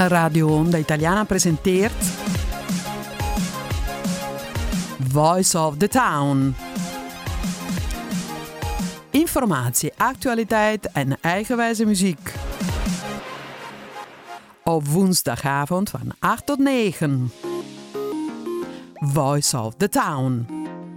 Radio Onda Italiana presenteert Voice of the Town. Informatie, actualiteit en eigenwijze muziek. Op woensdagavond van 8 tot 9. Voice of the Town.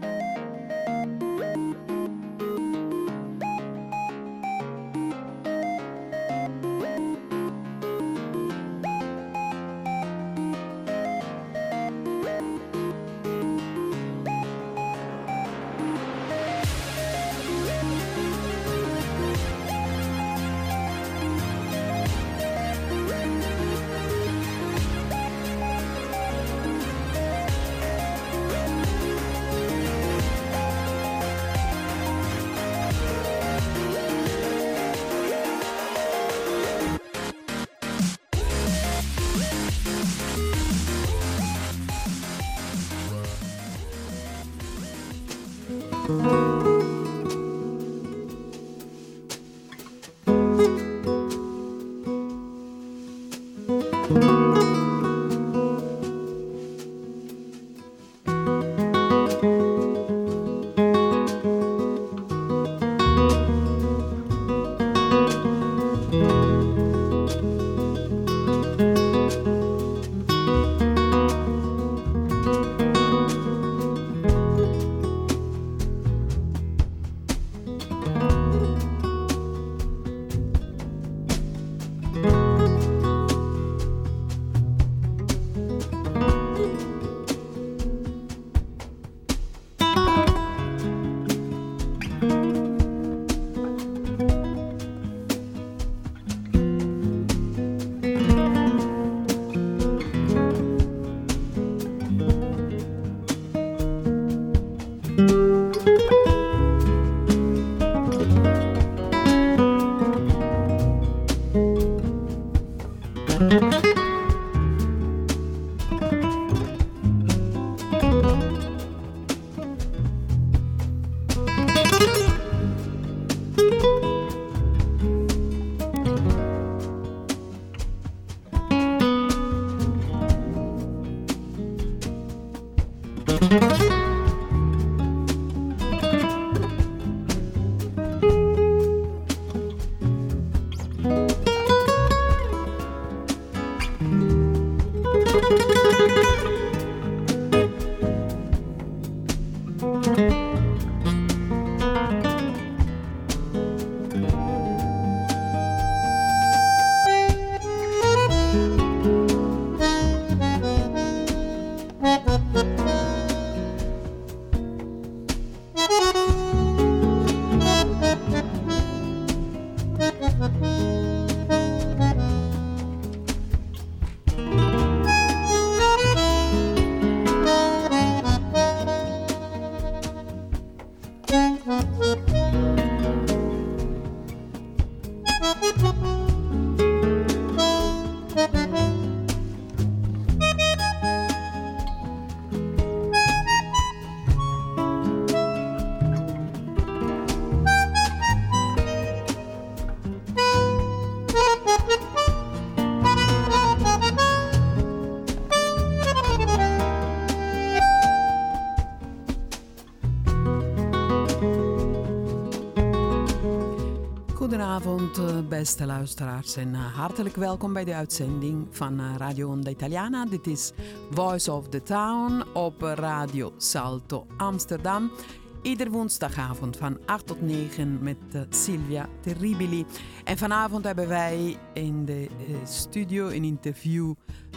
Goedenavond, beste luisteraars en hartelijk welkom bij de uitzending van Radio Onda Italiana. Dit is Voice of the Town op Radio Salto Amsterdam. Ieder woensdagavond van 8 tot 9 met Silvia Terribili. En vanavond hebben wij in de studio een interview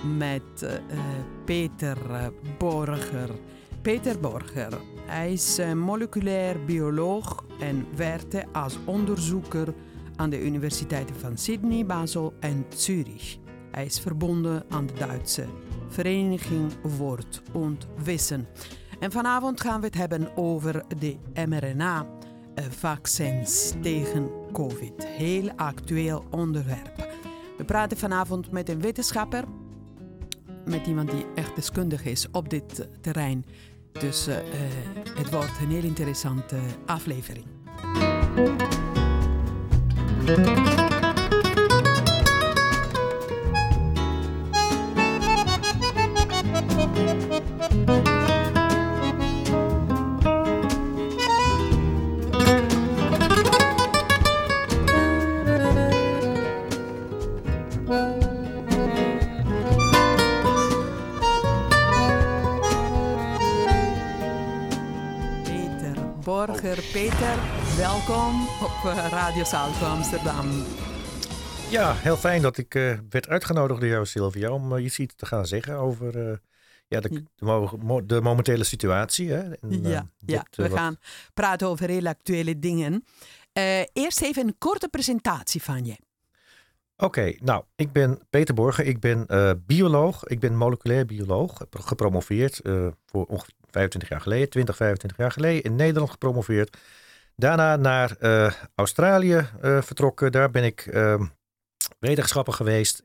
met Peter Borger. Peter Borger, hij is moleculair bioloog en werkte als onderzoeker aan de universiteiten van Sydney, Basel en Zurich. Hij is verbonden aan de Duitse Vereniging Wort und Wissen. En vanavond gaan we het hebben over de mRNA-vaccins tegen COVID. Heel actueel onderwerp. We praten vanavond met een wetenschapper, met iemand die echt deskundig is op dit terrein. Dus het wordt een heel interessante aflevering. Borger. Peter, welkom op Radio Salto Amsterdam. Ja, heel fijn dat ik werd uitgenodigd door jou, Sylvia, om iets te gaan zeggen over de momentele situatie. Hè? En, we gaan praten over heel actuele dingen. Eerst even een korte presentatie van je. Oké, nou, ik ben Peter Borger. Ik ben bioloog. Ik ben moleculair bioloog. Gepromoveerd voor ongeveer 25 jaar geleden in Nederland gepromoveerd. Daarna naar Australië vertrokken. Daar ben ik wetenschapper geweest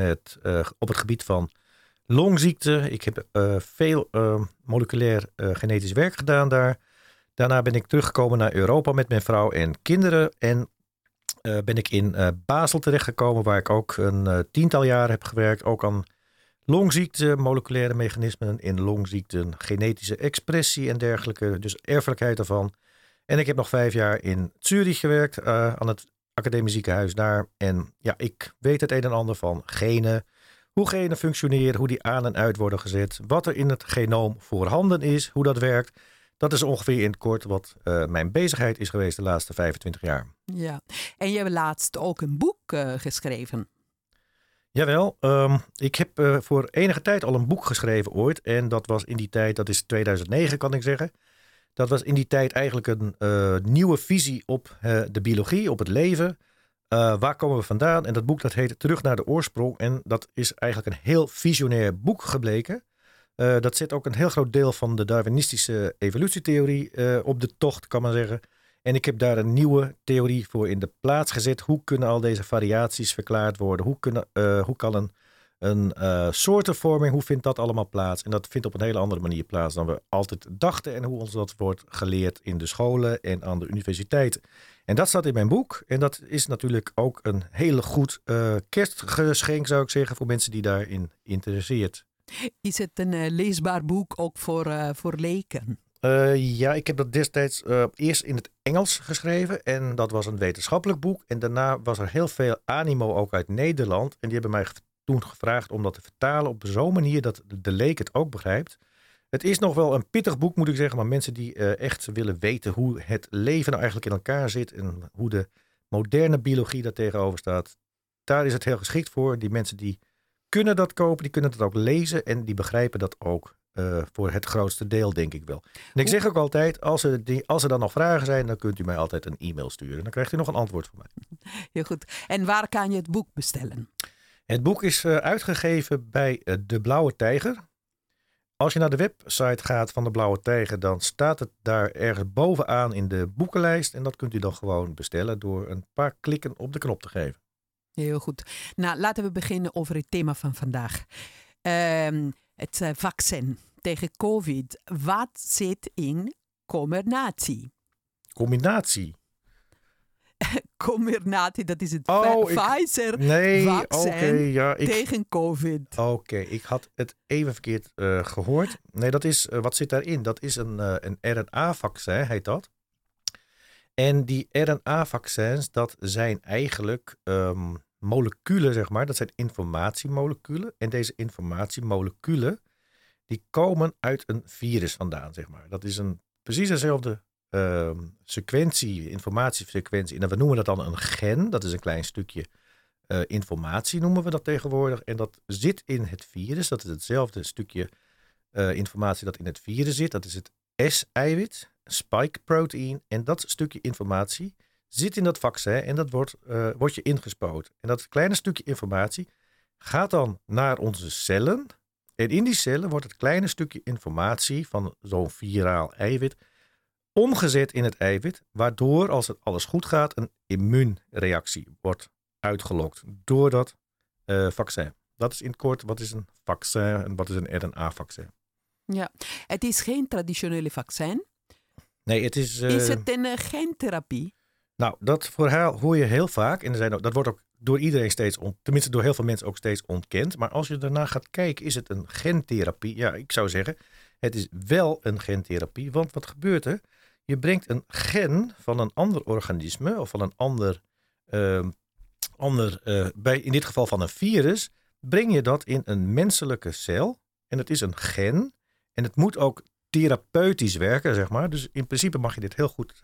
op het gebied van longziekte. Ik heb veel moleculair genetisch werk gedaan daar. Daarna ben ik teruggekomen naar Europa met mijn vrouw en kinderen. En ben ik in Basel terechtgekomen, waar ik ook een 10-tal jaar heb gewerkt. Ook aan longziekte, moleculaire mechanismen in longziekten, genetische expressie en dergelijke. Dus erfelijkheid daarvan. En ik heb nog 5 jaar in Zurich gewerkt, aan het academisch ziekenhuis daar. En ja, ik weet het een en ander van genen. Hoe genen functioneren, hoe die aan en uit worden gezet. Wat er in het genoom voorhanden is, hoe dat werkt. Dat is ongeveer in het kort wat mijn bezigheid is geweest de laatste 25 jaar. Ja, en je hebt laatst ook een boek geschreven. Jawel, ik heb voor enige tijd al een boek geschreven ooit. En dat was in die tijd, dat is 2009 kan ik zeggen. Dat was in die tijd eigenlijk een nieuwe visie op de biologie, op het leven. Waar komen we vandaan? En dat boek dat heet Terug naar de oorsprong. En dat is eigenlijk een heel visionair boek gebleken. Dat zet ook een heel groot deel van de Darwinistische evolutietheorie op de tocht, kan men zeggen. En ik heb daar een nieuwe theorie voor in de plaats gezet. Hoe kunnen al deze variaties verklaard worden? Hoe kan een soortenvorming, hoe vindt dat allemaal plaats? En dat vindt op een hele andere manier plaats dan we altijd dachten. En hoe ons dat wordt geleerd in de scholen en aan de universiteit. En dat staat in mijn boek. En dat is natuurlijk ook een hele goed kerstgeschenk, zou ik zeggen, voor mensen die daarin interesseert. Is het een leesbaar boek ook voor leken? Ja, ik heb dat destijds eerst in het Engels geschreven. En dat was een wetenschappelijk boek. En daarna was er heel veel animo ook uit Nederland. En die hebben mij toen gevraagd om dat te vertalen op zo'n manier dat de leek het ook begrijpt. Het is nog wel een pittig boek, moet ik zeggen. Maar mensen die echt willen weten hoe het leven nou eigenlijk in elkaar zit. En hoe de moderne biologie daar tegenover staat. Daar is het heel geschikt voor. Die mensen die kunnen dat kopen, die kunnen dat ook lezen. En die begrijpen dat ook voor het grootste deel, denk ik wel. En ik zeg ook altijd, als er dan nog vragen zijn, dan kunt u mij altijd een e-mail sturen. Dan krijgt u nog een antwoord van mij. Heel goed. En waar kan je het boek bestellen? Het boek is uitgegeven bij De Blauwe Tijger. Als je naar de website gaat van De Blauwe Tijger, dan staat het daar ergens bovenaan in de boekenlijst. En dat kunt u dan gewoon bestellen door een paar klikken op de knop te geven. Heel goed. Nou, laten we beginnen over het thema van vandaag. Het vaccin tegen COVID. Wat zit in combinatie? Combinatie? Combinatie, dat is het Pfizer-vaccin tegen COVID. Oké, ik had het even verkeerd gehoord. Nee, dat is, wat zit daarin? Dat is een RNA-vaccin, heet dat. En die RNA-vaccins, dat zijn eigenlijk moleculen, zeg maar. Dat zijn informatiemoleculen. En deze informatiemoleculen, die komen uit een virus vandaan, zeg maar. Dat is precies dezelfde informatiesequentie. En we noemen dat dan een gen. Dat is een klein stukje informatie, noemen we dat tegenwoordig. En dat zit in het virus. Dat is hetzelfde stukje informatie dat in het virus zit. Dat is het S-eiwit, spike protein. En dat stukje informatie zit in dat vaccin en dat wordt je ingespoten. En dat kleine stukje informatie gaat dan naar onze cellen. En in die cellen wordt het kleine stukje informatie van zo'n viraal eiwit omgezet in het eiwit, waardoor, als het alles goed gaat, een immuunreactie wordt uitgelokt door dat vaccin. Dat is in het kort, wat is een vaccin en wat is een RNA-vaccin? Ja, het is geen traditionele vaccin. Nee, het is... Is het een gentherapie? Nou, dat verhaal hoor je heel vaak. En dat wordt ook door iedereen steeds, tenminste door heel veel mensen ook steeds ontkend. Maar als je daarna gaat kijken, is het een gentherapie? Ja, ik zou zeggen, het is wel een gentherapie. Want wat gebeurt er? Je brengt een gen van een ander organisme of van een in dit geval van een virus, breng je dat in een menselijke cel. En het is een gen. En het moet ook therapeutisch werken, zeg maar. Dus in principe mag je dit heel goed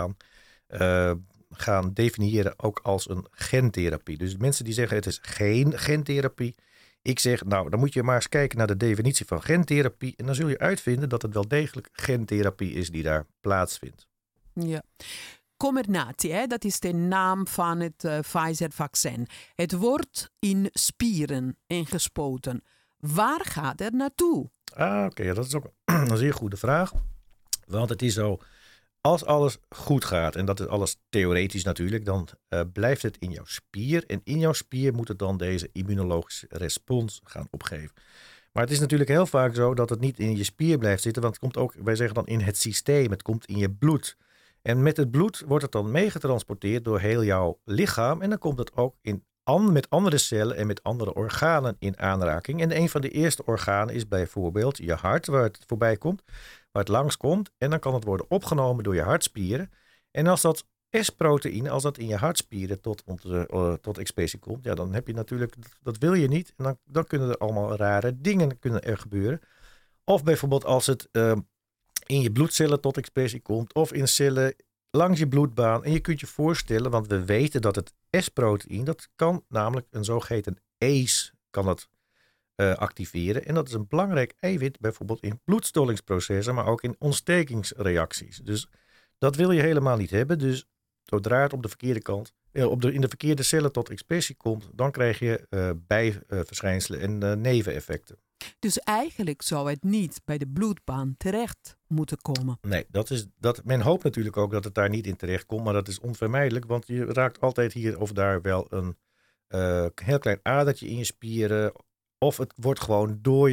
gaan definiëren ook als een gentherapie. Dus mensen die zeggen het is geen gentherapie. Ik zeg, nou, dan moet je maar eens kijken naar de definitie van gentherapie. En dan zul je uitvinden dat het wel degelijk gentherapie is die daar plaatsvindt. Ja. Comirnaty, dat is de naam van het Pfizer-vaccin. Het wordt in spieren ingespoten. Waar gaat het naartoe? Oké, dat is ook een zeer goede vraag. Want het is zo, als alles goed gaat, en dat is alles theoretisch natuurlijk, dan blijft het in jouw spier. En in jouw spier moet het dan deze immunologische respons gaan opgeven. Maar het is natuurlijk heel vaak zo dat het niet in je spier blijft zitten. Want het komt ook, wij zeggen dan in het systeem, het komt in je bloed. En met het bloed wordt het dan meegetransporteerd door heel jouw lichaam. En dan komt het ook met andere cellen en met andere organen in aanraking. En een van de eerste organen is bijvoorbeeld je hart, waar het voorbij komt, waar het langskomt. En dan kan het worden opgenomen door je hartspieren. En als dat S-proteïne, als dat in je hartspieren tot expressie komt, ja, dan heb je natuurlijk, dat wil je niet. En dan kunnen er allemaal rare dingen gebeuren. Of bijvoorbeeld als het in je bloedcellen tot expressie komt, of in cellen langs je bloedbaan. En je kunt je voorstellen, want we weten dat het S-proteïne, dat kan namelijk een zogeheten ACE kan het activeren. En dat is een belangrijk eiwit bijvoorbeeld in bloedstollingsprocessen, maar ook in ontstekingsreacties. Dus dat wil je helemaal niet hebben. Dus zodra het op de verkeerde kant, in de verkeerde cellen tot expressie komt, dan krijg je bijverschijnselen en neveneffecten. Dus eigenlijk zou het niet bij de bloedbaan terecht moeten komen. Nee, men hoopt natuurlijk ook dat het daar niet in terecht komt, maar dat is onvermijdelijk, want je raakt altijd hier of daar wel een heel klein adertje in je spieren, of het wordt gewoon door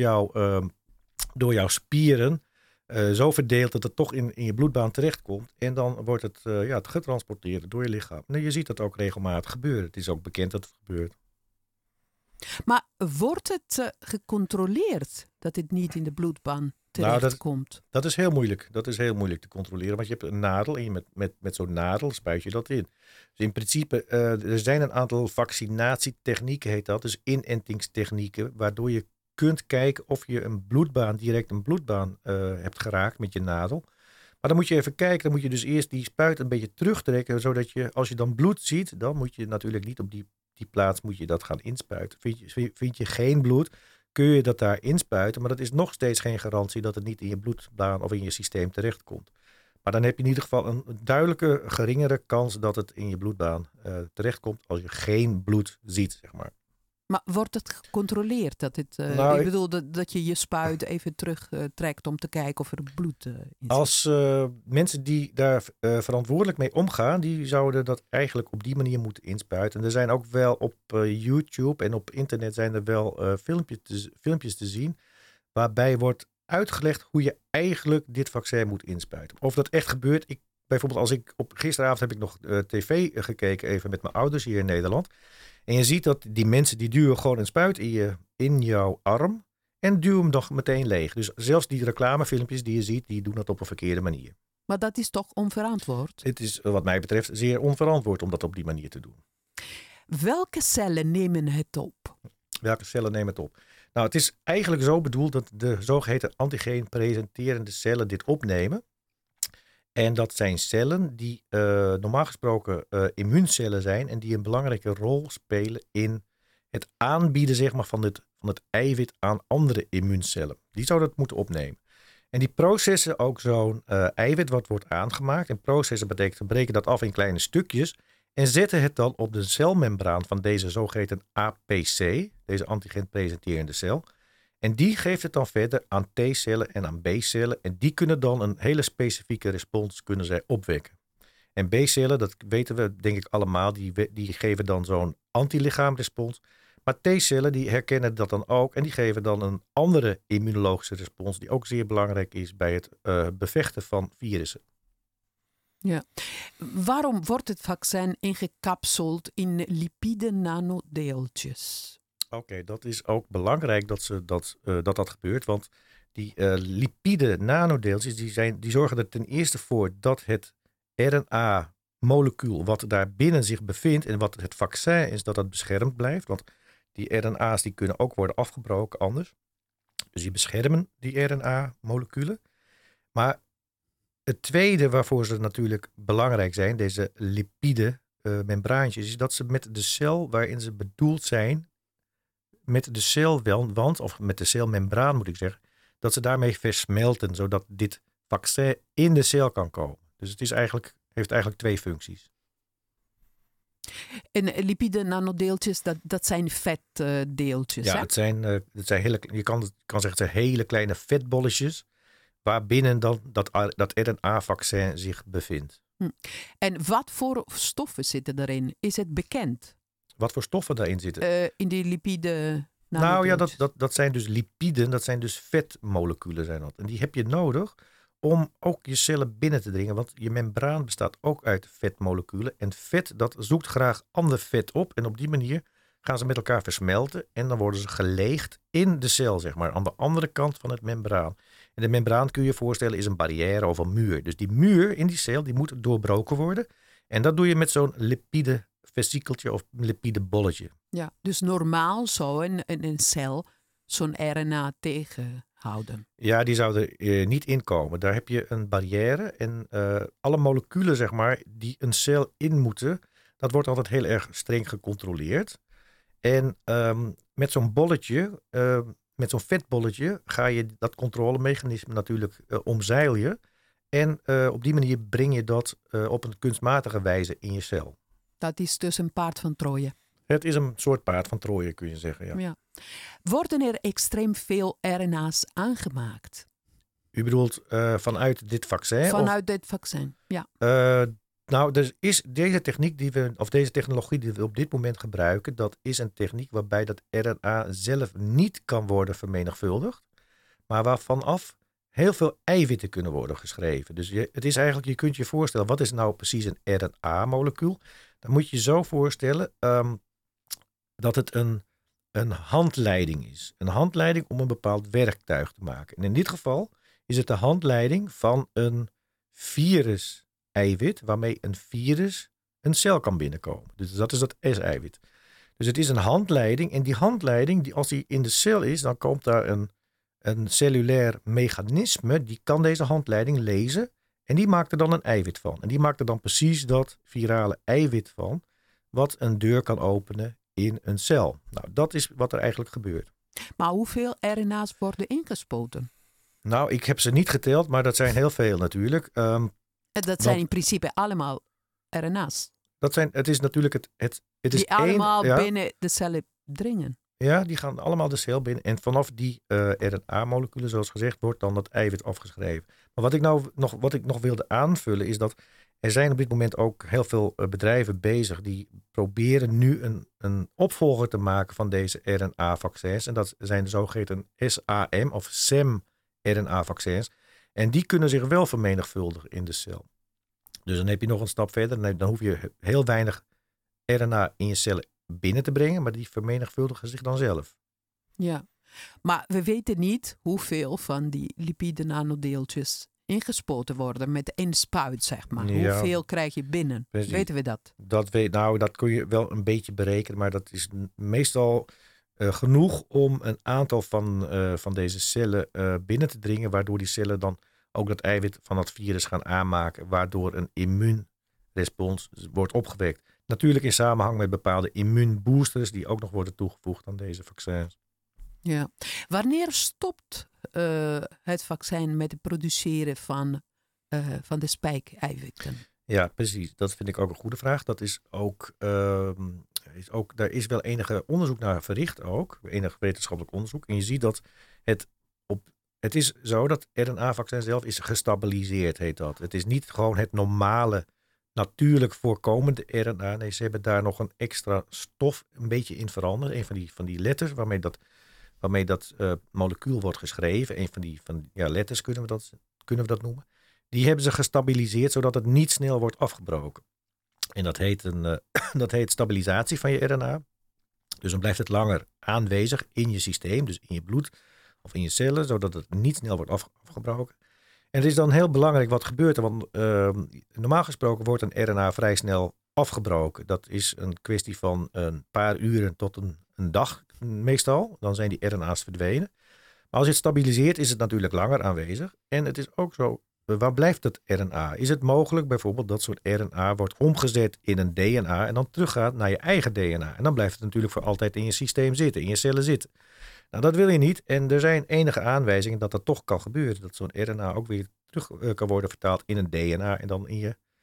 jouw spieren zo verdeeld dat het toch in je bloedbaan terechtkomt. En dan wordt het getransporteerd door je lichaam. Nou, je ziet dat ook regelmatig gebeuren. Het is ook bekend dat het gebeurt. Maar wordt het gecontroleerd dat het niet in de bloedbaan terechtkomt? Dat is heel moeilijk. Dat is heel moeilijk te controleren. Want je hebt een nadel en je met zo'n nadel spuit je dat in. Dus in principe, er zijn een aantal vaccinatietechnieken, heet dat. Dus inentingstechnieken, waardoor je kunt kijken of je direct een bloedbaan hebt geraakt met je nadel. Maar dan moet je even kijken, dan moet je dus eerst die spuit een beetje terugtrekken, zodat je, als je dan bloed ziet, dan moet je natuurlijk niet op die plaats moet je dat gaan inspuiten. Vind je geen bloed, kun je dat daar inspuiten, maar dat is nog steeds geen garantie dat het niet in je bloedbaan of in je systeem terechtkomt. Maar dan heb je in ieder geval een duidelijke, geringere kans dat het in je bloedbaan terechtkomt als je geen bloed ziet, zeg maar. Maar wordt het gecontroleerd? Ik bedoel dat je je spuit even terugtrekt om te kijken of er bloed in zit. Als mensen die daar verantwoordelijk mee omgaan, die zouden dat eigenlijk op die manier moeten inspuiten. En er zijn ook wel op YouTube en op internet zijn er wel filmpjes te zien waarbij wordt uitgelegd hoe je eigenlijk dit vaccin moet inspuiten. Of dat echt gebeurt. Bijvoorbeeld gisteravond heb ik nog tv gekeken even met mijn ouders hier in Nederland. En je ziet dat die mensen die duwen gewoon een spuit in jouw arm en duwen hem dan meteen leeg. Dus zelfs die reclamefilmpjes die je ziet, die doen dat op een verkeerde manier. Maar dat is toch onverantwoord? Het is wat mij betreft zeer onverantwoord om dat op die manier te doen. Welke cellen nemen het op? Welke cellen nemen het op? Nou, het is eigenlijk zo bedoeld dat de zogeheten antigeen-presenterende cellen dit opnemen. En dat zijn cellen die normaal gesproken immuuncellen zijn en die een belangrijke rol spelen in het aanbieden, zeg maar, van het eiwit aan andere immuuncellen. Die zouden het moeten opnemen. En die processen ook zo'n eiwit wat wordt aangemaakt. En processen betekent, we breken dat af in kleine stukjes en zetten het dan op de celmembraan van deze zogeheten APC, deze antigeen-presenterende cel. En die geeft het dan verder aan T-cellen en aan B-cellen. En die kunnen dan een hele specifieke respons opwekken. En B-cellen, dat weten we denk ik allemaal, die geven dan zo'n antilichaamrespons. Maar T-cellen die herkennen dat dan ook. En die geven dan een andere immunologische respons die ook zeer belangrijk is bij het bevechten van virussen. Ja. Waarom wordt het vaccin ingekapseld in lipide nanodeeltjes? Oké, dat is ook belangrijk dat gebeurt. Want die lipide nanodeeltjes die zorgen er ten eerste voor dat het RNA-molecuul wat daar binnen zich bevindt en wat het vaccin is, dat beschermd blijft. Want die RNA's die kunnen ook worden afgebroken anders. Dus die beschermen die RNA-moleculen. Maar het tweede waarvoor ze natuurlijk belangrijk zijn, deze lipide membraantjes, is dat ze met de cel waarin ze bedoeld zijn, met de celwand, of met de celmembraan moet ik zeggen, dat ze daarmee versmelten, zodat dit vaccin in de cel kan komen. Dus het is heeft eigenlijk twee functies. En lipide nanodeeltjes, dat zijn vetdeeltjes. Ja, hè? het zijn je kan zeggen, het zijn hele kleine vetbolletjes waarbinnen dan dat RNA-vaccin zich bevindt. En wat voor stoffen zitten erin? Is het bekend? Wat voor stoffen daarin zitten? In die lipide Nou ja, nanodeeltjes? dat zijn dus lipiden, dat zijn dus vetmoleculen zijn dat. En die heb je nodig om ook je cellen binnen te dringen. Want je membraan bestaat ook uit vetmoleculen. En vet, dat zoekt graag ander vet op. En op die manier gaan ze met elkaar versmelten. En dan worden ze geleegd in de cel, zeg maar. Aan de andere kant van het membraan. En de membraan kun je je voorstellen is een barrière of een muur. Dus die muur in die cel, die moet doorbroken worden. En dat doe je met zo'n lipide vesikeltje of lipide bolletje. Ja, dus normaal zou een cel zo'n RNA tegenhouden. Ja, die zou er niet in komen. Daar heb je een barrière. En alle moleculen, zeg maar, die een cel in moeten, dat wordt altijd heel erg streng gecontroleerd. En met zo'n bolletje, met zo'n vetbolletje, ga je dat controlemechanisme natuurlijk omzeil je. En op die manier breng je dat op een kunstmatige wijze in je cel. Dat is dus een paard van Troje. Het is een soort paard van Troje, kun je zeggen. Ja. Ja. Worden er extreem veel RNA's aangemaakt? U bedoelt vanuit dit vaccin? Vanuit dit vaccin, ja. Nou, dus is deze deze technologie die we op dit moment gebruiken, dat is een techniek waarbij dat RNA zelf niet kan worden vermenigvuldigd, maar waarvan af heel veel eiwitten kunnen worden geschreven. Dus het is eigenlijk, je kunt je voorstellen, wat is nou precies een RNA-molecuul? Dan moet je je zo voorstellen dat het een handleiding is. Een handleiding om een bepaald werktuig te maken. En in dit geval is het de handleiding van een virus-eiwit, waarmee een virus een cel kan binnenkomen. Dus dat is dat S-eiwit. Dus het is een handleiding. En die handleiding, als die in de cel is, dan komt daar een cellulair mechanisme, die kan deze handleiding lezen. En die maakt er dan een eiwit van. En die maakt er dan precies dat virale eiwit van, wat een deur kan openen in een cel. Nou, dat is wat er eigenlijk gebeurt. Maar hoeveel RNA's worden ingespoten? Nou, ik heb ze niet geteld, maar dat zijn heel veel natuurlijk. Dat zijn in principe allemaal RNA's. Het is natuurlijk het is die allemaal binnen de cellen dringen. Ja, die gaan allemaal de cel binnen. En vanaf die RNA-moleculen, zoals gezegd, wordt dan dat eiwit afgeschreven. Maar wat ik nog wilde aanvullen is dat er zijn op dit moment ook heel veel bedrijven bezig die proberen nu een opvolger te maken van deze RNA-vaccins. En dat zijn de zogeheten SAM of SAM-RNA-vaccins. En die kunnen zich wel vermenigvuldigen in de cel. Dus dan heb je nog een stap verder. Dan hoef je heel weinig RNA in je cellen binnen te brengen, maar die vermenigvuldigen zich dan zelf. Ja, maar we weten niet hoeveel van die lipide nanodeeltjes ingespoten worden met één spuit, zeg maar. Ja, hoeveel krijg je binnen? precies. Weten we dat? Dat kun je wel een beetje berekenen, maar dat is meestal genoeg om een aantal van deze cellen binnen te dringen, waardoor die cellen dan ook dat eiwit van dat virus gaan aanmaken, waardoor een immuunrespons wordt opgewekt. Natuurlijk in samenhang met bepaalde immuunboosters die ook nog worden toegevoegd aan deze vaccins. Ja. Wanneer stopt het vaccin met het produceren van de spijkeiwitten? Ja, precies. Dat vind ik ook een goede vraag. Dat is ook, daar is wel enige onderzoek naar verricht ook. Enig wetenschappelijk onderzoek. En je ziet dat het is zo dat RNA-vaccin zelf is gestabiliseerd, heet dat. Het is niet gewoon het normale, natuurlijk voorkomende RNA. Nee, ze hebben daar nog een extra stof een beetje in veranderd. Een van die letters waarmee dat molecuul wordt geschreven. Een van die letters kunnen we dat noemen. Die hebben ze gestabiliseerd zodat het niet snel wordt afgebroken. En dat heet stabilisatie van je RNA. Dus dan blijft het langer aanwezig in je systeem, dus in je bloed of in je cellen, zodat het niet snel wordt afgebroken. En het is dan heel belangrijk wat gebeurt er, want normaal gesproken wordt een RNA vrij snel afgebroken. Dat is een kwestie van een paar uren tot een dag meestal. Dan zijn die RNA's verdwenen. Maar als je het stabiliseert, is het natuurlijk langer aanwezig. En het is ook zo, waar blijft het RNA? Is het mogelijk bijvoorbeeld dat zo'n RNA wordt omgezet in een DNA en dan teruggaat naar je eigen DNA? En dan blijft het natuurlijk voor altijd in je systeem zitten, in je cellen zitten. Nou, dat wil je niet. En er zijn enige aanwijzingen dat dat toch kan gebeuren. Dat zo'n RNA ook weer terug kan worden vertaald in een DNA en dan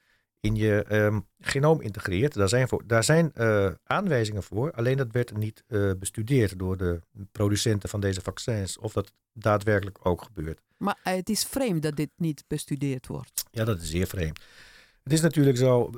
in je genoom integreert. Daar zijn aanwijzingen voor. Alleen dat werd niet bestudeerd door de producenten van deze vaccins. Of dat daadwerkelijk ook gebeurt. Maar het is vreemd dat dit niet bestudeerd wordt. Ja, dat is zeer vreemd. Het is natuurlijk zo,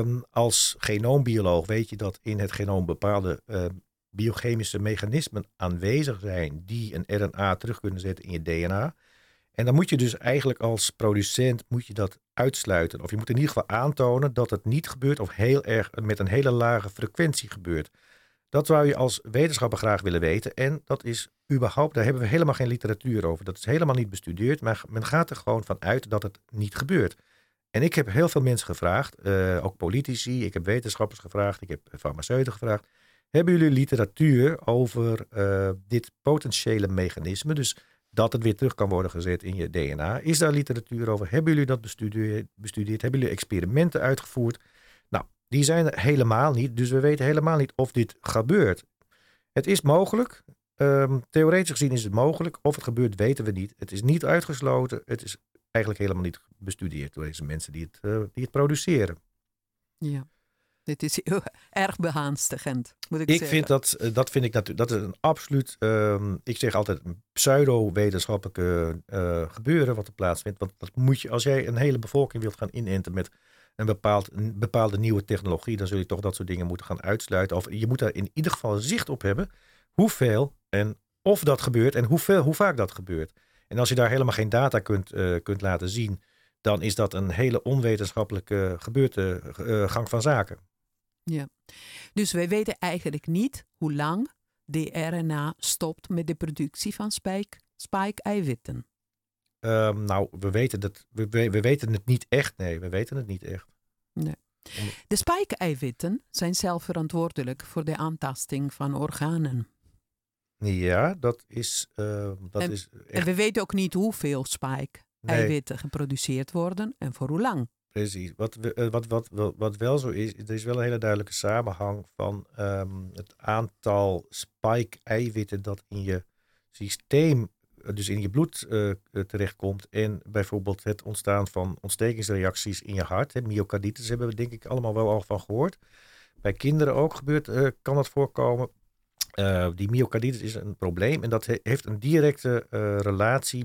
als genoombioloog weet je dat in het genoom bepaalde biochemische mechanismen aanwezig zijn die een RNA terug kunnen zetten in je DNA. En dan moet je dus eigenlijk als producent moet je dat uitsluiten. Of je moet in ieder geval aantonen dat het niet gebeurt of heel erg met een hele lage frequentie gebeurt. Dat zou je als wetenschapper graag willen weten. En dat is überhaupt, daar hebben we helemaal geen literatuur over. Dat is helemaal niet bestudeerd, maar men gaat er gewoon van uit dat het niet gebeurt. En ik heb heel veel mensen gevraagd, ook politici, ik heb wetenschappers gevraagd, ik heb farmaceuten gevraagd. Hebben jullie literatuur over dit potentiële mechanisme? Dus dat het weer terug kan worden gezet in je DNA. Is daar literatuur over? Hebben jullie dat bestudeerd? Hebben jullie experimenten uitgevoerd? Nou, die zijn er helemaal niet. Dus we weten helemaal niet of dit gebeurt. Het is mogelijk. Theoretisch gezien is het mogelijk. Of het gebeurt, weten we niet. Het is niet uitgesloten. Het is eigenlijk helemaal niet bestudeerd door deze mensen die het produceren. Ja. Dit is heel erg behaastigend, moet ik zeggen. Dat is een absoluut, ik zeg altijd een pseudo-wetenschappelijke gebeuren wat er plaatsvindt. Want dat moet je, als jij een hele bevolking wilt gaan inenten met een bepaalde nieuwe technologie, dan zul je toch dat soort dingen moeten gaan uitsluiten. Of je moet daar in ieder geval zicht op hebben hoeveel en of dat gebeurt en hoe vaak dat gebeurt. En als je daar helemaal geen data kunt laten zien, dan is dat een hele onwetenschappelijke gang van zaken. Ja, dus wij weten eigenlijk niet hoe lang de RNA stopt met de productie van spike-eiwitten. Nou, we weten het niet echt. Nee, we weten het niet echt. Nee. De spike-eiwitten zijn zelf verantwoordelijk voor de aantasting van organen. Ja, dat is echt... En we weten ook niet hoeveel spike-eiwitten geproduceerd worden en voor hoe lang. Precies. Wat wel zo is, er is wel een hele duidelijke samenhang van het aantal spike-eiwitten dat in je systeem, dus in je bloed terechtkomt. En bijvoorbeeld het ontstaan van ontstekingsreacties in je hart. Myocarditis hebben we denk ik allemaal wel al van gehoord. Bij kinderen ook kan dat voorkomen. Die myocarditis is een probleem en dat heeft een directe relatie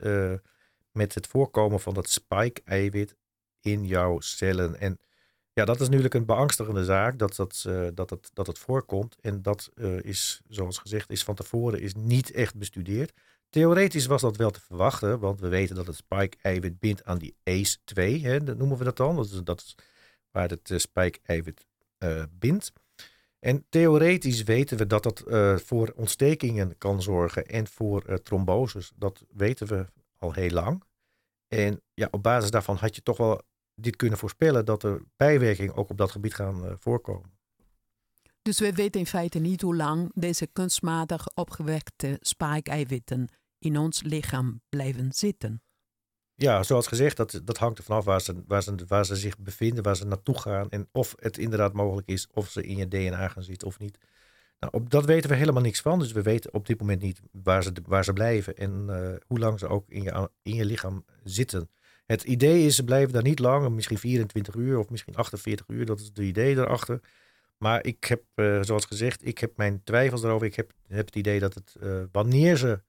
met het voorkomen van dat spike-eiwit in jouw cellen. En ja, dat is natuurlijk een beangstigende zaak dat het voorkomt. En dat is, zoals gezegd, is van tevoren is niet echt bestudeerd. Theoretisch was dat wel te verwachten, want we weten dat het spike-eiwit bindt aan die ACE2, dat noemen we dat dan. Dat is waar het spike-eiwit bindt. En theoretisch weten we dat dat voor ontstekingen kan zorgen en voor tromboses. Dat weten we al heel lang. En ja, op basis daarvan had je toch wel dit kunnen voorspellen dat er bijwerkingen ook op dat gebied gaan voorkomen. Dus we weten in feite niet hoe lang deze kunstmatig opgewekte spike-eiwitten in ons lichaam blijven zitten. Ja, zoals gezegd, dat hangt er vanaf waar ze zich bevinden, waar ze naartoe gaan en of het inderdaad mogelijk is of ze in je DNA gaan zitten of niet. Nou, dat weten we helemaal niks van, dus we weten op dit moment niet waar ze blijven en hoe lang ze ook in je lichaam zitten. Het idee is, ze blijven daar niet lang, misschien 24 uur of misschien 48 uur, dat is het idee erachter. Maar ik heb, zoals gezegd, ik heb mijn twijfels erover. Ik heb het idee dat het, wanneer ze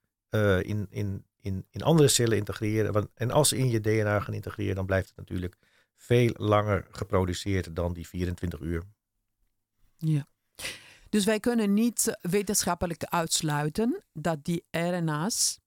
in andere cellen integreren, en als ze in je DNA gaan integreren, dan blijft het natuurlijk veel langer geproduceerd dan die 24 uur. Ja. Dus wij kunnen niet wetenschappelijk uitsluiten dat die RNA's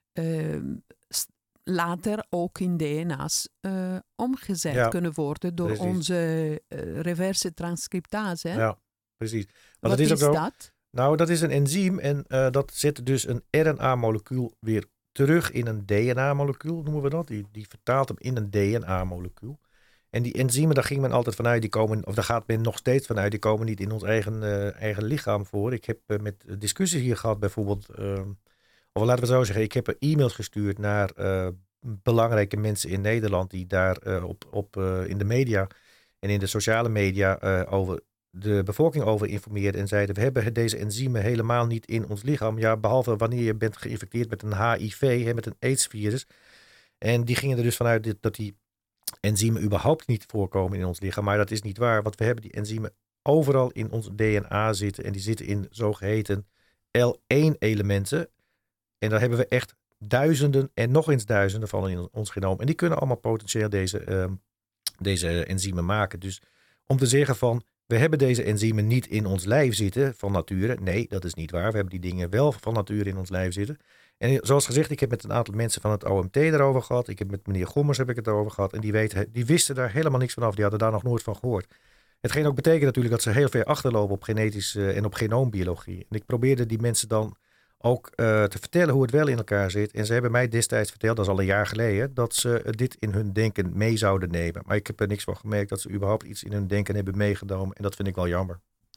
later ook in DNA's omgezet kunnen worden door onze reverse transcriptase. Hè? Ja, precies. Wat is dat? Nou, dat is een enzym en dat zet dus een RNA-molecuul weer terug in een DNA-molecuul, noemen we dat. Die vertaalt hem in een DNA-molecuul. En die enzymen, daar ging men altijd vanuit, daar gaat men nog steeds vanuit, die komen niet in ons eigen lichaam voor. Ik heb met discussies hier gehad, bijvoorbeeld Of laten we zo zeggen, ik heb e-mails gestuurd naar belangrijke mensen in Nederland die daar in de media en in de sociale media over de bevolking over informeerden en zeiden, we hebben deze enzymen helemaal niet in ons lichaam. Ja, behalve wanneer je bent geïnfecteerd met een HIV, met een AIDS-virus. En die gingen er dus vanuit dat die enzymen überhaupt niet voorkomen in ons lichaam. Maar dat is niet waar, want we hebben die enzymen overal in ons DNA zitten. En die zitten in zogeheten L1-elementen. En daar hebben we echt duizenden en nog eens duizenden van in ons genoom. En die kunnen allemaal potentieel deze enzymen maken. Dus om te zeggen van, we hebben deze enzymen niet in ons lijf zitten van nature. Nee, dat is niet waar. We hebben die dingen wel van nature in ons lijf zitten. En zoals gezegd, ik heb met een aantal mensen van het OMT erover gehad. Ik heb met meneer Gommers heb ik het erover gehad. En die wisten daar helemaal niks van af. Die hadden daar nog nooit van gehoord. Hetgeen ook betekent natuurlijk dat ze heel ver achterlopen op genetische en op genoombiologie. En ik probeerde die mensen dan ook te vertellen hoe het wel in elkaar zit. En ze hebben mij destijds verteld, dat is al een jaar geleden, dat ze dit in hun denken mee zouden nemen. Maar ik heb er niks van gemerkt dat ze überhaupt iets in hun denken hebben meegenomen. En dat vind ik wel jammer.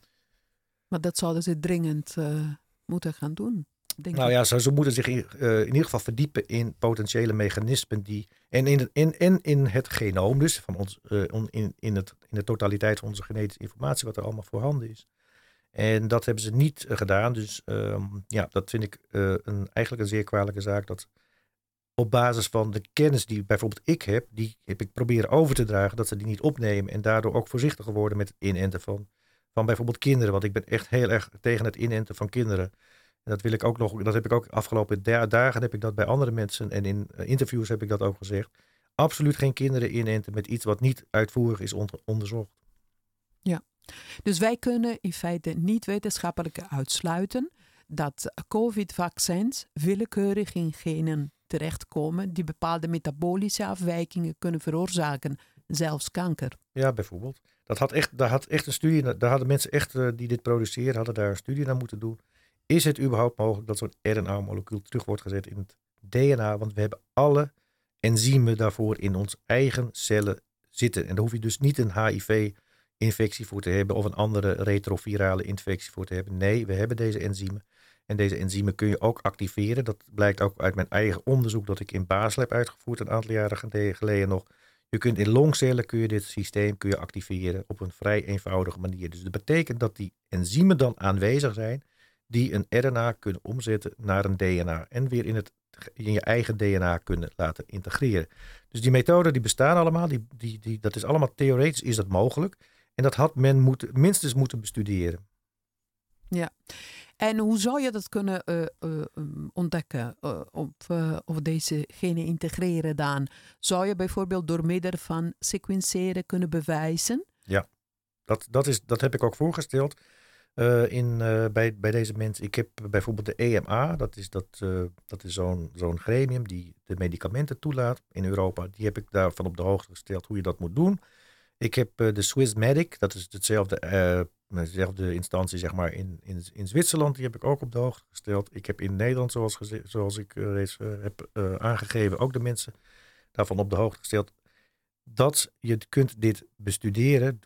Maar dat zouden ze dringend moeten gaan doen. Nou ja, ze moeten zich in ieder geval verdiepen in potentiële mechanismen die. En in het genoom, dus van ons, in de totaliteit van onze genetische informatie, wat er allemaal voorhanden is. En dat hebben ze niet gedaan. Dus dat vind ik eigenlijk een zeer kwalijke zaak. Dat op basis van de kennis die bijvoorbeeld ik heb, die heb ik proberen over te dragen, dat ze die niet opnemen. En daardoor ook voorzichtiger worden met het inenten van bijvoorbeeld kinderen. Want ik ben echt heel erg tegen het inenten van kinderen. En dat heb ik ook afgelopen dagen heb ik dat bij andere mensen en in interviews heb ik dat ook gezegd. Absoluut geen kinderen inenten met iets wat niet uitvoerig is onderzocht. Ja, dus wij kunnen in feite niet wetenschappelijk uitsluiten dat COVID-vaccins willekeurig in genen terechtkomen die bepaalde metabolische afwijkingen kunnen veroorzaken, zelfs kanker. Ja, bijvoorbeeld. Daar had echt een studie, daar hadden mensen echt die dit produceren, hadden daar een studie naar moeten doen. Is het überhaupt mogelijk dat zo'n RNA-molecuul terug wordt gezet in het DNA? Want we hebben alle enzymen daarvoor in ons eigen cellen zitten. En daar hoef je dus niet een HIV-infectie voor te hebben of een andere retrovirale infectie voor te hebben. Nee, we hebben deze enzymen. En deze enzymen kun je ook activeren. Dat blijkt ook uit mijn eigen onderzoek dat ik in Basel heb uitgevoerd een aantal jaren geleden nog. Je kunt in longcellen dit systeem activeren op een vrij eenvoudige manier. Dus dat betekent dat die enzymen dan aanwezig zijn die een RNA kunnen omzetten naar een DNA en weer in je eigen DNA kunnen laten integreren. Dus die methoden die bestaan allemaal, dat is allemaal theoretisch is dat mogelijk. En dat had men minstens moeten bestuderen. Ja, en hoe zou je dat kunnen ontdekken of deze genen integreren dan? Zou je bijvoorbeeld door middel van sequenceren kunnen bewijzen? Ja, dat heb ik ook voorgesteld. Bij deze mensen. Ik heb bijvoorbeeld de EMA, dat is zo'n gremium die de medicamenten toelaat in Europa. Die heb ik daarvan op de hoogte gesteld hoe je dat moet doen. Ik heb de Swissmedic, dat is dezelfde instantie zeg maar in Zwitserland, die heb ik ook op de hoogte gesteld. Ik heb in Nederland, zoals ik reeds heb aangegeven, ook de mensen daarvan op de hoogte gesteld. Dat je kunt dit bestuderen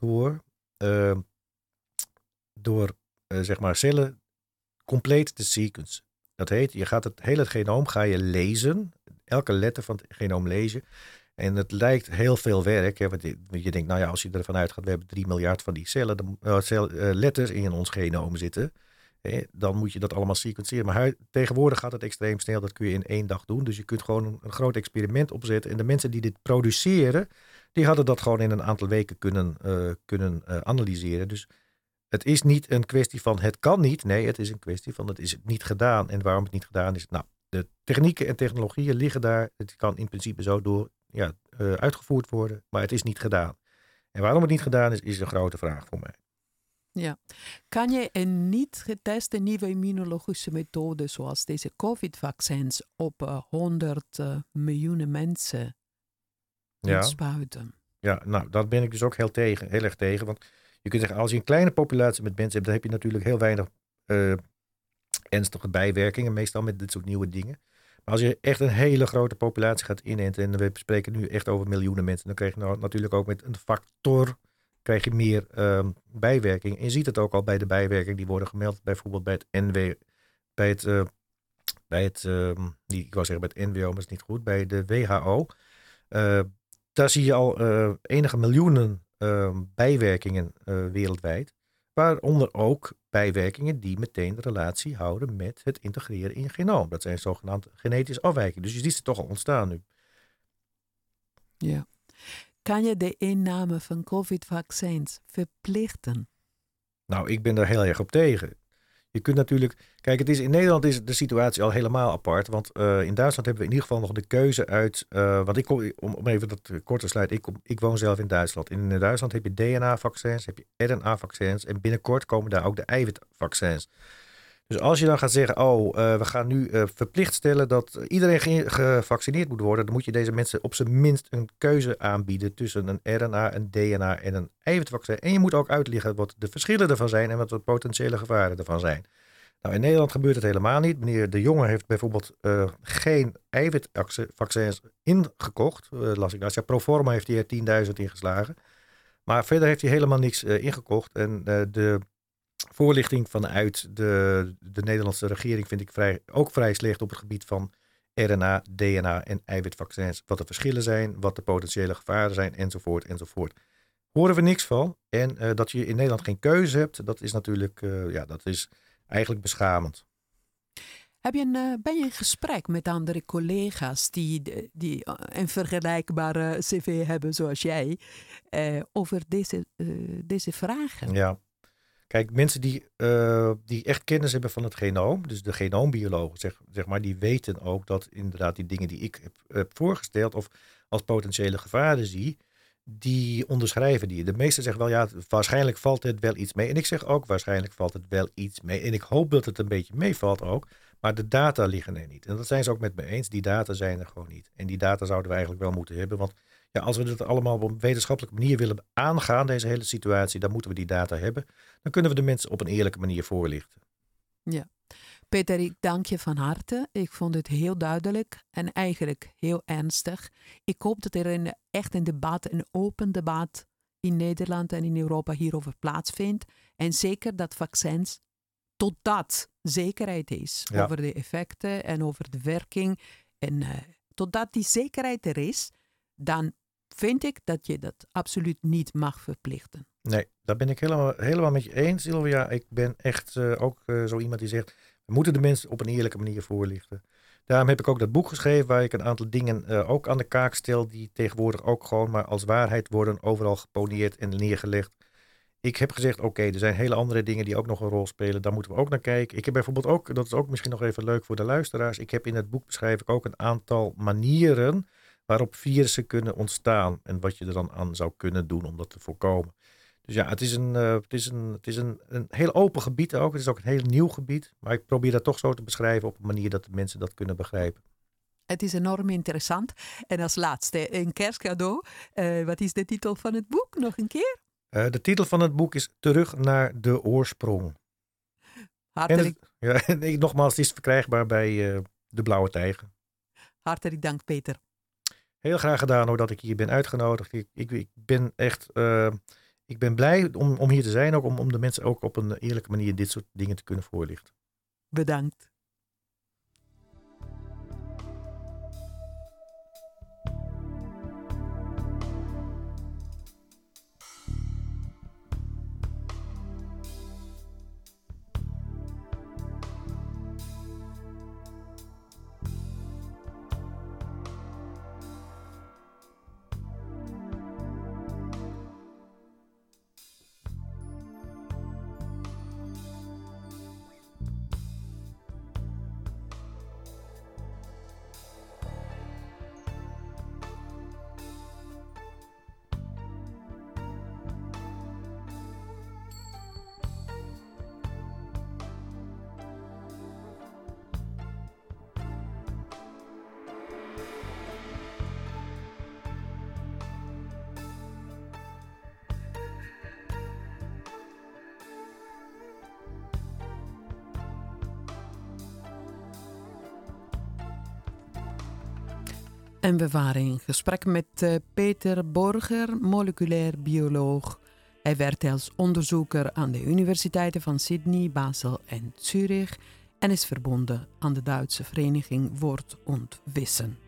door zeg maar cellen compleet te sequence. Dat heet, je gaat het hele genoom lezen. Elke letter van het genoom lees je. En het lijkt heel veel werk. Hè, want je denkt, nou ja, als je ervan uitgaat, we hebben 3 miljard van die letters in ons genoom zitten. Dan moet je dat allemaal sequenceren. Maar tegenwoordig gaat het extreem snel. Dat kun je in 1 dag doen. Dus je kunt gewoon een groot experiment opzetten. En de mensen die dit produceren, die hadden dat gewoon in een aantal weken kunnen analyseren. Dus het is niet een kwestie van het kan niet. Nee, het is een kwestie van het is niet gedaan. En waarom het niet gedaan is, nou, de technieken en technologieën liggen daar. Het kan in principe zo uitgevoerd worden, maar het is niet gedaan. En waarom het niet gedaan is een grote vraag voor mij. Ja. Kan je een niet geteste nieuwe immunologische methode zoals deze COVID-vaccins op 100 miljoen mensen spuiten? Ja, nou, dat ben ik dus ook heel erg tegen. Want je kunt zeggen, als je een kleine populatie met mensen hebt, dan heb je natuurlijk heel weinig ernstige bijwerkingen, meestal met dit soort nieuwe dingen. Maar als je echt een hele grote populatie gaat inenten, en we spreken nu echt over miljoenen mensen, dan krijg je natuurlijk ook met een factor meer bijwerking. En je ziet het ook al bij de bijwerkingen die worden gemeld, bijvoorbeeld bij het bij het, ik wou zeggen bij het NWO, maar dat is niet goed, bij de WHO. Daar zie je al enige miljoenen bijwerkingen wereldwijd. Waaronder ook bijwerkingen die meteen de relatie houden met het integreren in je genoom. Dat zijn zogenaamde genetische afwijkingen. Dus je ziet ze toch al ontstaan nu. Ja. Kan je de inname van COVID-vaccins verplichten? Nou, ik ben daar heel erg op tegen. Je kunt natuurlijk... Kijk, in Nederland is de situatie al helemaal apart. Want in Duitsland hebben we in ieder geval nog de keuze uit... want om even dat kort te sluiten. Ik woon zelf in Duitsland. In Duitsland heb je DNA-vaccins, heb je RNA-vaccins. En binnenkort komen daar ook de eiwitvaccins. Dus als je dan gaat zeggen... we gaan nu verplicht stellen dat iedereen gevaccineerd moet worden... dan moet je deze mensen op zijn minst een keuze aanbieden... tussen een RNA, een DNA en een eiwitvaccin. En je moet ook uitleggen wat de verschillen ervan zijn... en wat de potentiële gevaren ervan zijn. Nou, in Nederland gebeurt het helemaal niet. Meneer De Jonge heeft bijvoorbeeld geen eiwitvaccins ingekocht. Las ik. Ja, proforma heeft hij er 10.000 ingeslagen. Maar verder heeft hij helemaal niks ingekocht. En de voorlichting vanuit de Nederlandse regering vind ik ook vrij slecht op het gebied van RNA, DNA en eiwitvaccins. Wat de verschillen zijn, wat de potentiële gevaren zijn, enzovoort, enzovoort. Horen we niks van. En dat je in Nederland geen keuze hebt, dat is natuurlijk, dat is eigenlijk beschamend. Ben je in gesprek met andere collega's die een vergelijkbare cv hebben zoals jij over deze vragen? Ja. Kijk, mensen die echt kennis hebben van het genoom, dus de genoombiologen, zeg maar, die weten ook dat inderdaad die dingen die ik heb voorgesteld of als potentiële gevaren zie, die onderschrijven die. De meesten zeggen wel, ja, waarschijnlijk valt het wel iets mee. En ik zeg ook, waarschijnlijk valt het wel iets mee. En ik hoop dat het een beetje meevalt ook, maar de data liggen er niet. En dat zijn ze ook met me eens, die data zijn er gewoon niet. En die data zouden we eigenlijk wel moeten hebben, want ja, als we dit allemaal op een wetenschappelijke manier willen aangaan, deze hele situatie, dan moeten we die data hebben. Dan kunnen we de mensen op een eerlijke manier voorlichten. Ja. Peter, ik dank je van harte. Ik vond het heel duidelijk en eigenlijk heel ernstig. Ik hoop dat er echt een open debat in Nederland en in Europa hierover plaatsvindt. En zeker dat vaccins totdat zekerheid is over de effecten en over de werking. En totdat die zekerheid er is, dan vind ik dat je dat absoluut niet mag verplichten. Nee, daar ben ik helemaal met je eens, Sylvia. Ik ben echt ook zo iemand die zegt, we moeten de mensen op een eerlijke manier voorlichten. Daarom heb ik ook dat boek geschreven waar ik een aantal dingen ook aan de kaak stel die tegenwoordig ook gewoon maar als waarheid worden overal geponeerd en neergelegd. Ik heb gezegd, oké, er zijn hele andere dingen die ook nog een rol spelen. Daar moeten we ook naar kijken. Ik heb bijvoorbeeld ook, dat is ook misschien nog even leuk voor de luisteraars. Ik heb in het boek beschrijf ik ook een aantal manieren waarop virussen kunnen ontstaan. En wat je er dan aan zou kunnen doen om dat te voorkomen. Dus ja, het is een heel open gebied ook. Het is ook een heel nieuw gebied. Maar ik probeer dat toch zo te beschrijven op een manier dat de mensen dat kunnen begrijpen. Het is enorm interessant. En als laatste een kerstcadeau. Wat is de titel van het boek? Nog een keer? De titel van het boek is Terug naar de oorsprong. Hartelijk. Nogmaals, het is verkrijgbaar bij De Blauwe Tijger. Hartelijk dank, Peter. Heel graag gedaan hoor dat ik hier ben uitgenodigd. Ik ben echt... Ik ben blij om hier te zijn, ook om de mensen ook op een eerlijke manier dit soort dingen te kunnen voorlichten. Bedankt. En we waren in gesprek met Peter Borger, moleculair bioloog. Hij werkt als onderzoeker aan de universiteiten van Sydney, Basel en Zurich. en is verbonden aan de Duitse vereniging Word und Wissen.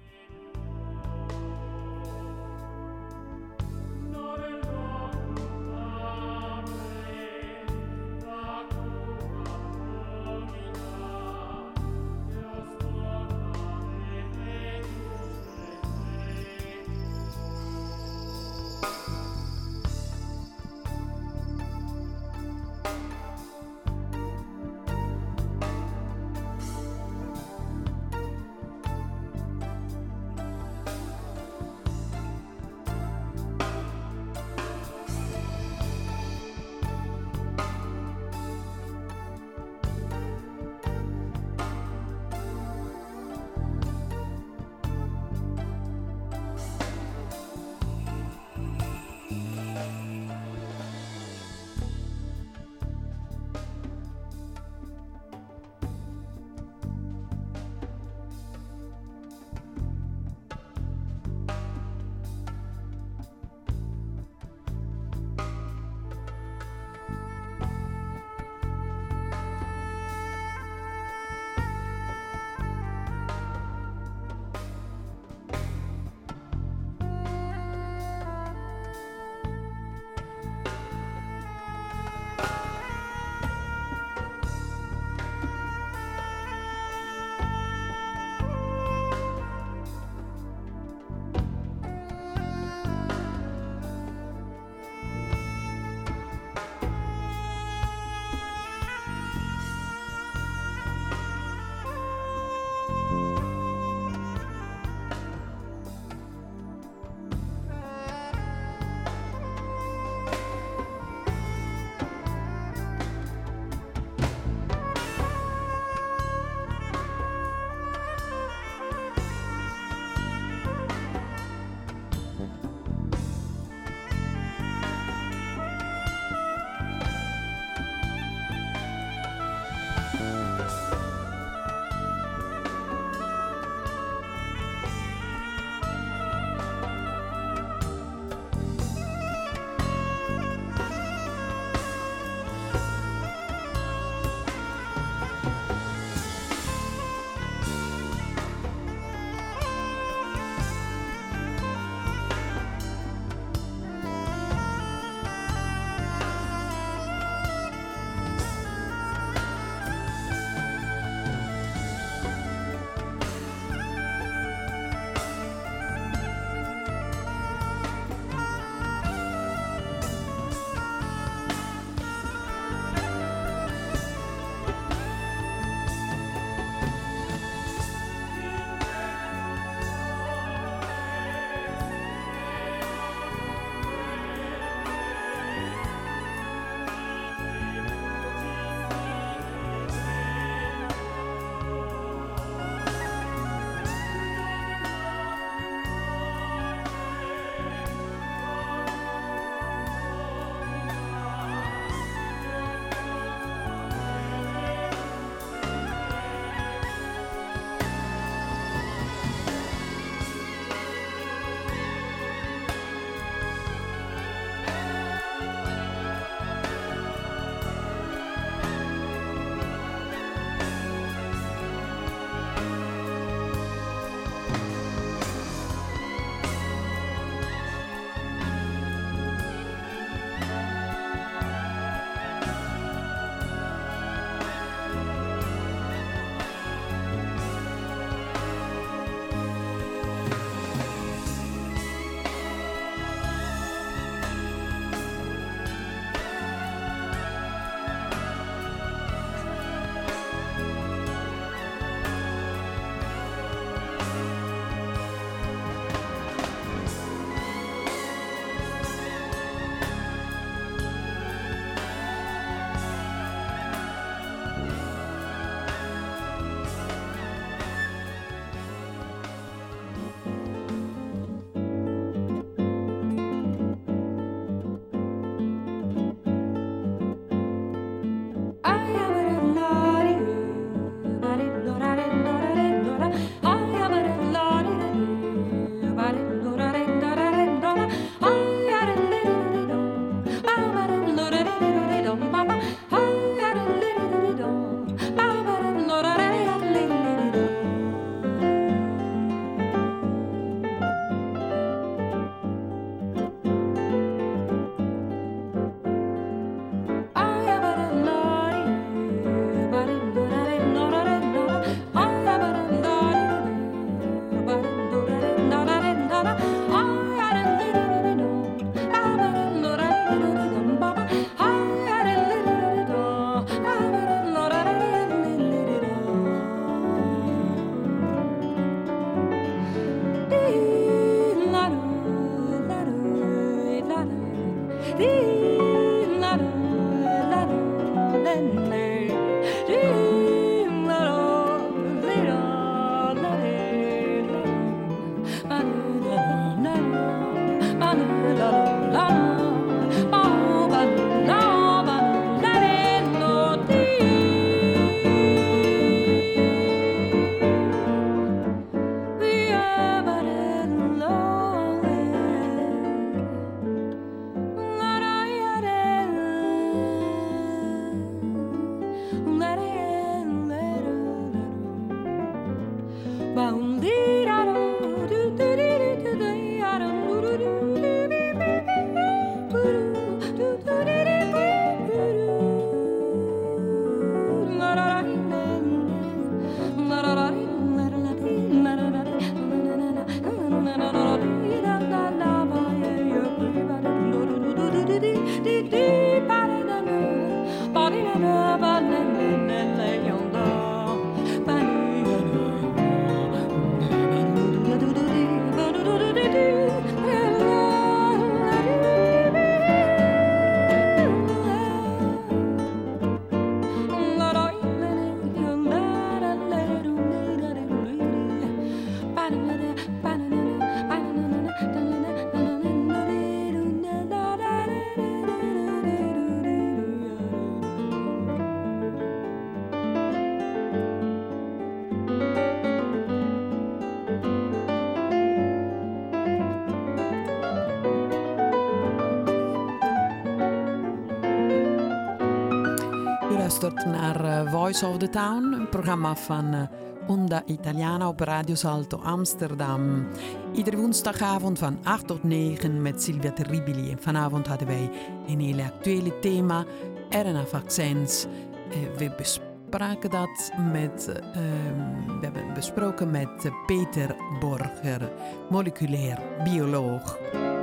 luistert naar Voice of the Town, een programma van Onda Italiana op Radio Salto Amsterdam. Iedere woensdagavond van 8 tot 9 met Silvia Terribili. En vanavond hadden wij een hele actuele thema, RNA-vaccins. We bespraken dat we hebben besproken met Peter Borger, moleculair bioloog.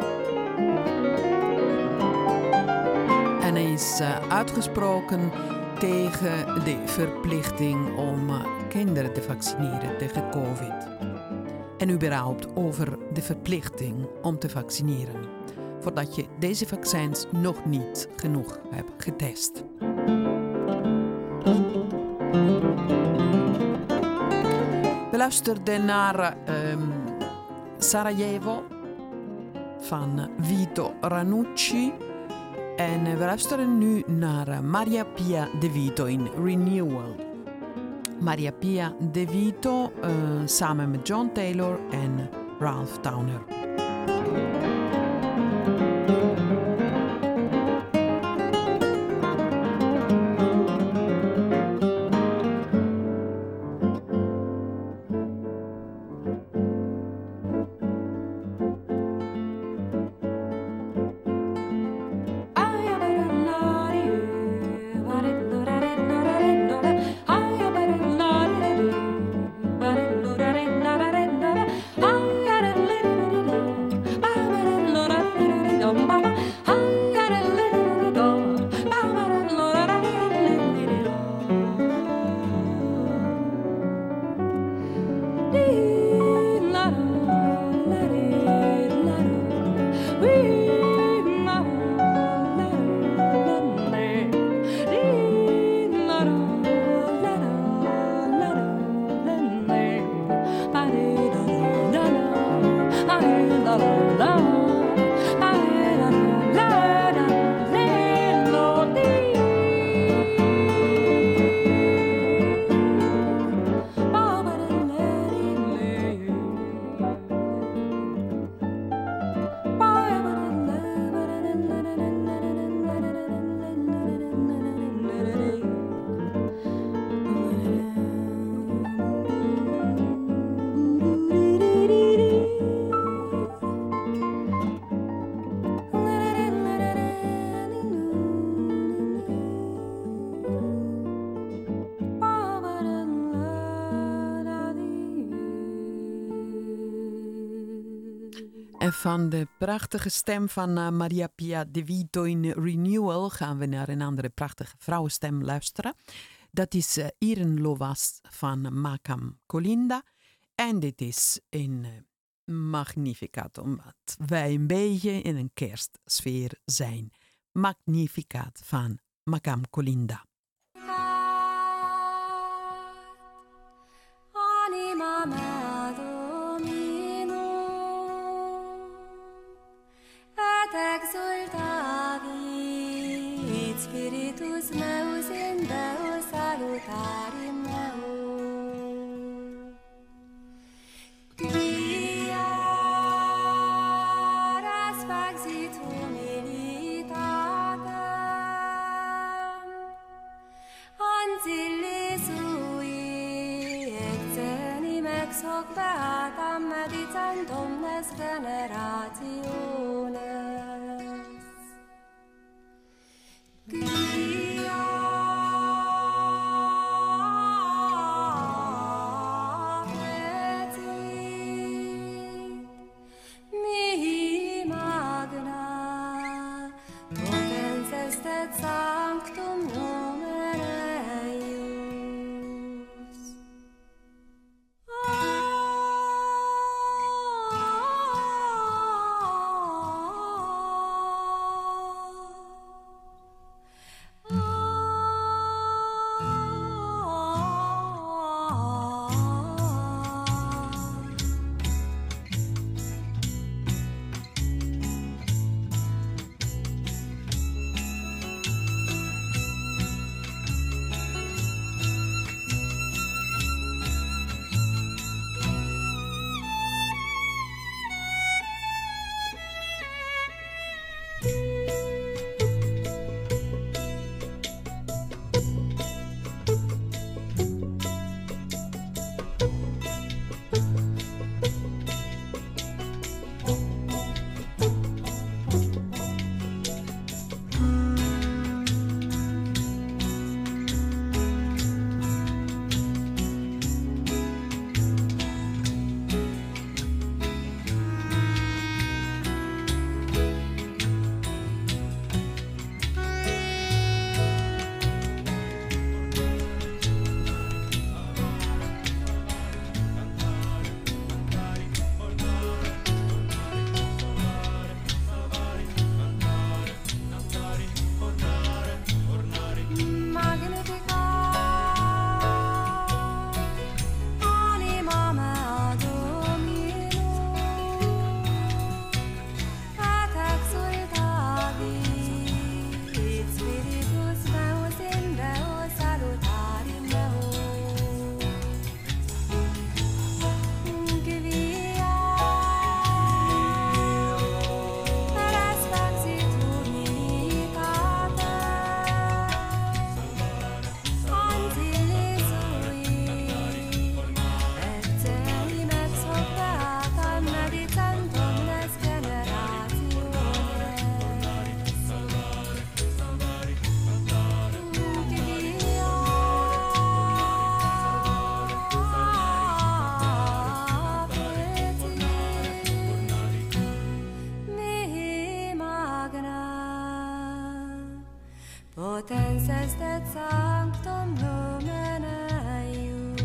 En hij is uitgesproken tegen de verplichting om kinderen te vaccineren tegen COVID. En überhaupt over de verplichting om te vaccineren, voordat je deze vaccins nog niet genoeg hebt getest. We luisterden naar Sarajevo van Vito Ranucci. En we luisteren nu naar Maria Pia De Vito in Renewal. Maria Pia De Vito samen met John Taylor en Ralph Towner. En van de prachtige stem van Maria Pia De Vito in Renewal gaan we naar een andere prachtige vrouwenstem luisteren. Dat is Irene Lovaas van Macam Colinda. En dit is een Magnificat, omdat wij een beetje in een kerstsfeer zijn. Magnificat van Macam Colinda. Anima mea Domino, et exultavit Spiritus meus in Deo salutarim meo. Quia respexit humilitatem, ancilli sui exenim ex hoc beatam medicent omnes generationes. Quia potences de sanctum nomen eius.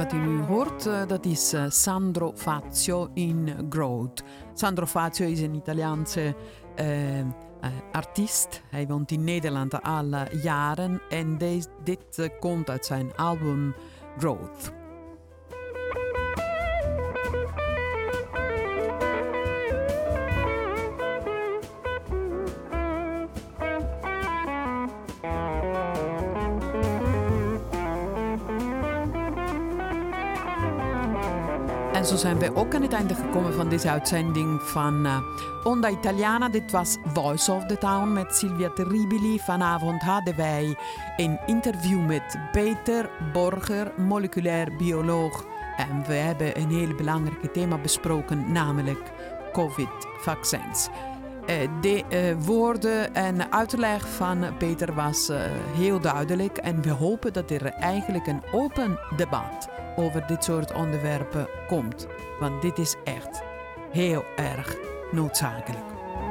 wat u nu hoort, dat is Sandro Fazio in Growth. Sandro Fazio is een Italiaanse artiest. Hij woont in Nederland al jaren en dit komt uit zijn album Growth. En zo zijn wij ook aan het einde gekomen van deze uitzending van Onda Italiana. Dit was Voice of the Town met Silvia Terribili. Vanavond hadden wij een interview met Peter Borger, moleculair bioloog. En we hebben een heel belangrijk thema besproken, namelijk COVID-vaccins. De woorden en uitleg van Peter was heel duidelijk. En we hopen dat er eigenlijk een open debat over dit soort onderwerpen komt. Want dit is echt heel erg noodzakelijk.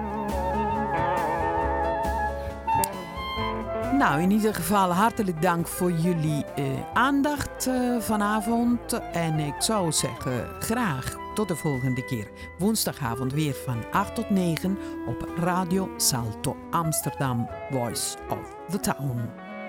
Nou, in ieder geval hartelijk dank voor jullie aandacht vanavond. En ik zou zeggen, graag tot de volgende keer. Woensdagavond weer van 8 tot 9 op Radio Salto Amsterdam, Voice of the Town.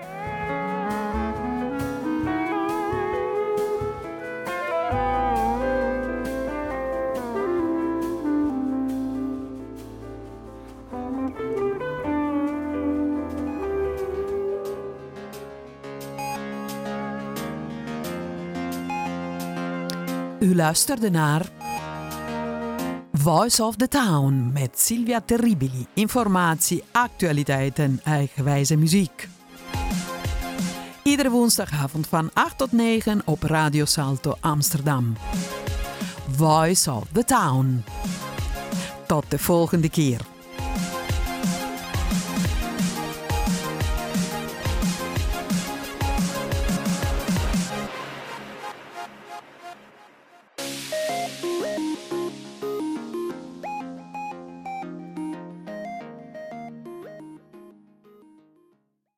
U luisterde naar Voice of the Town met Silvia Terribili. Informatie, actualiteit en eigenwijze muziek. Iedere woensdagavond van 8 tot 9 op Radio Salto Amsterdam. Voice of the Town. Tot de volgende keer.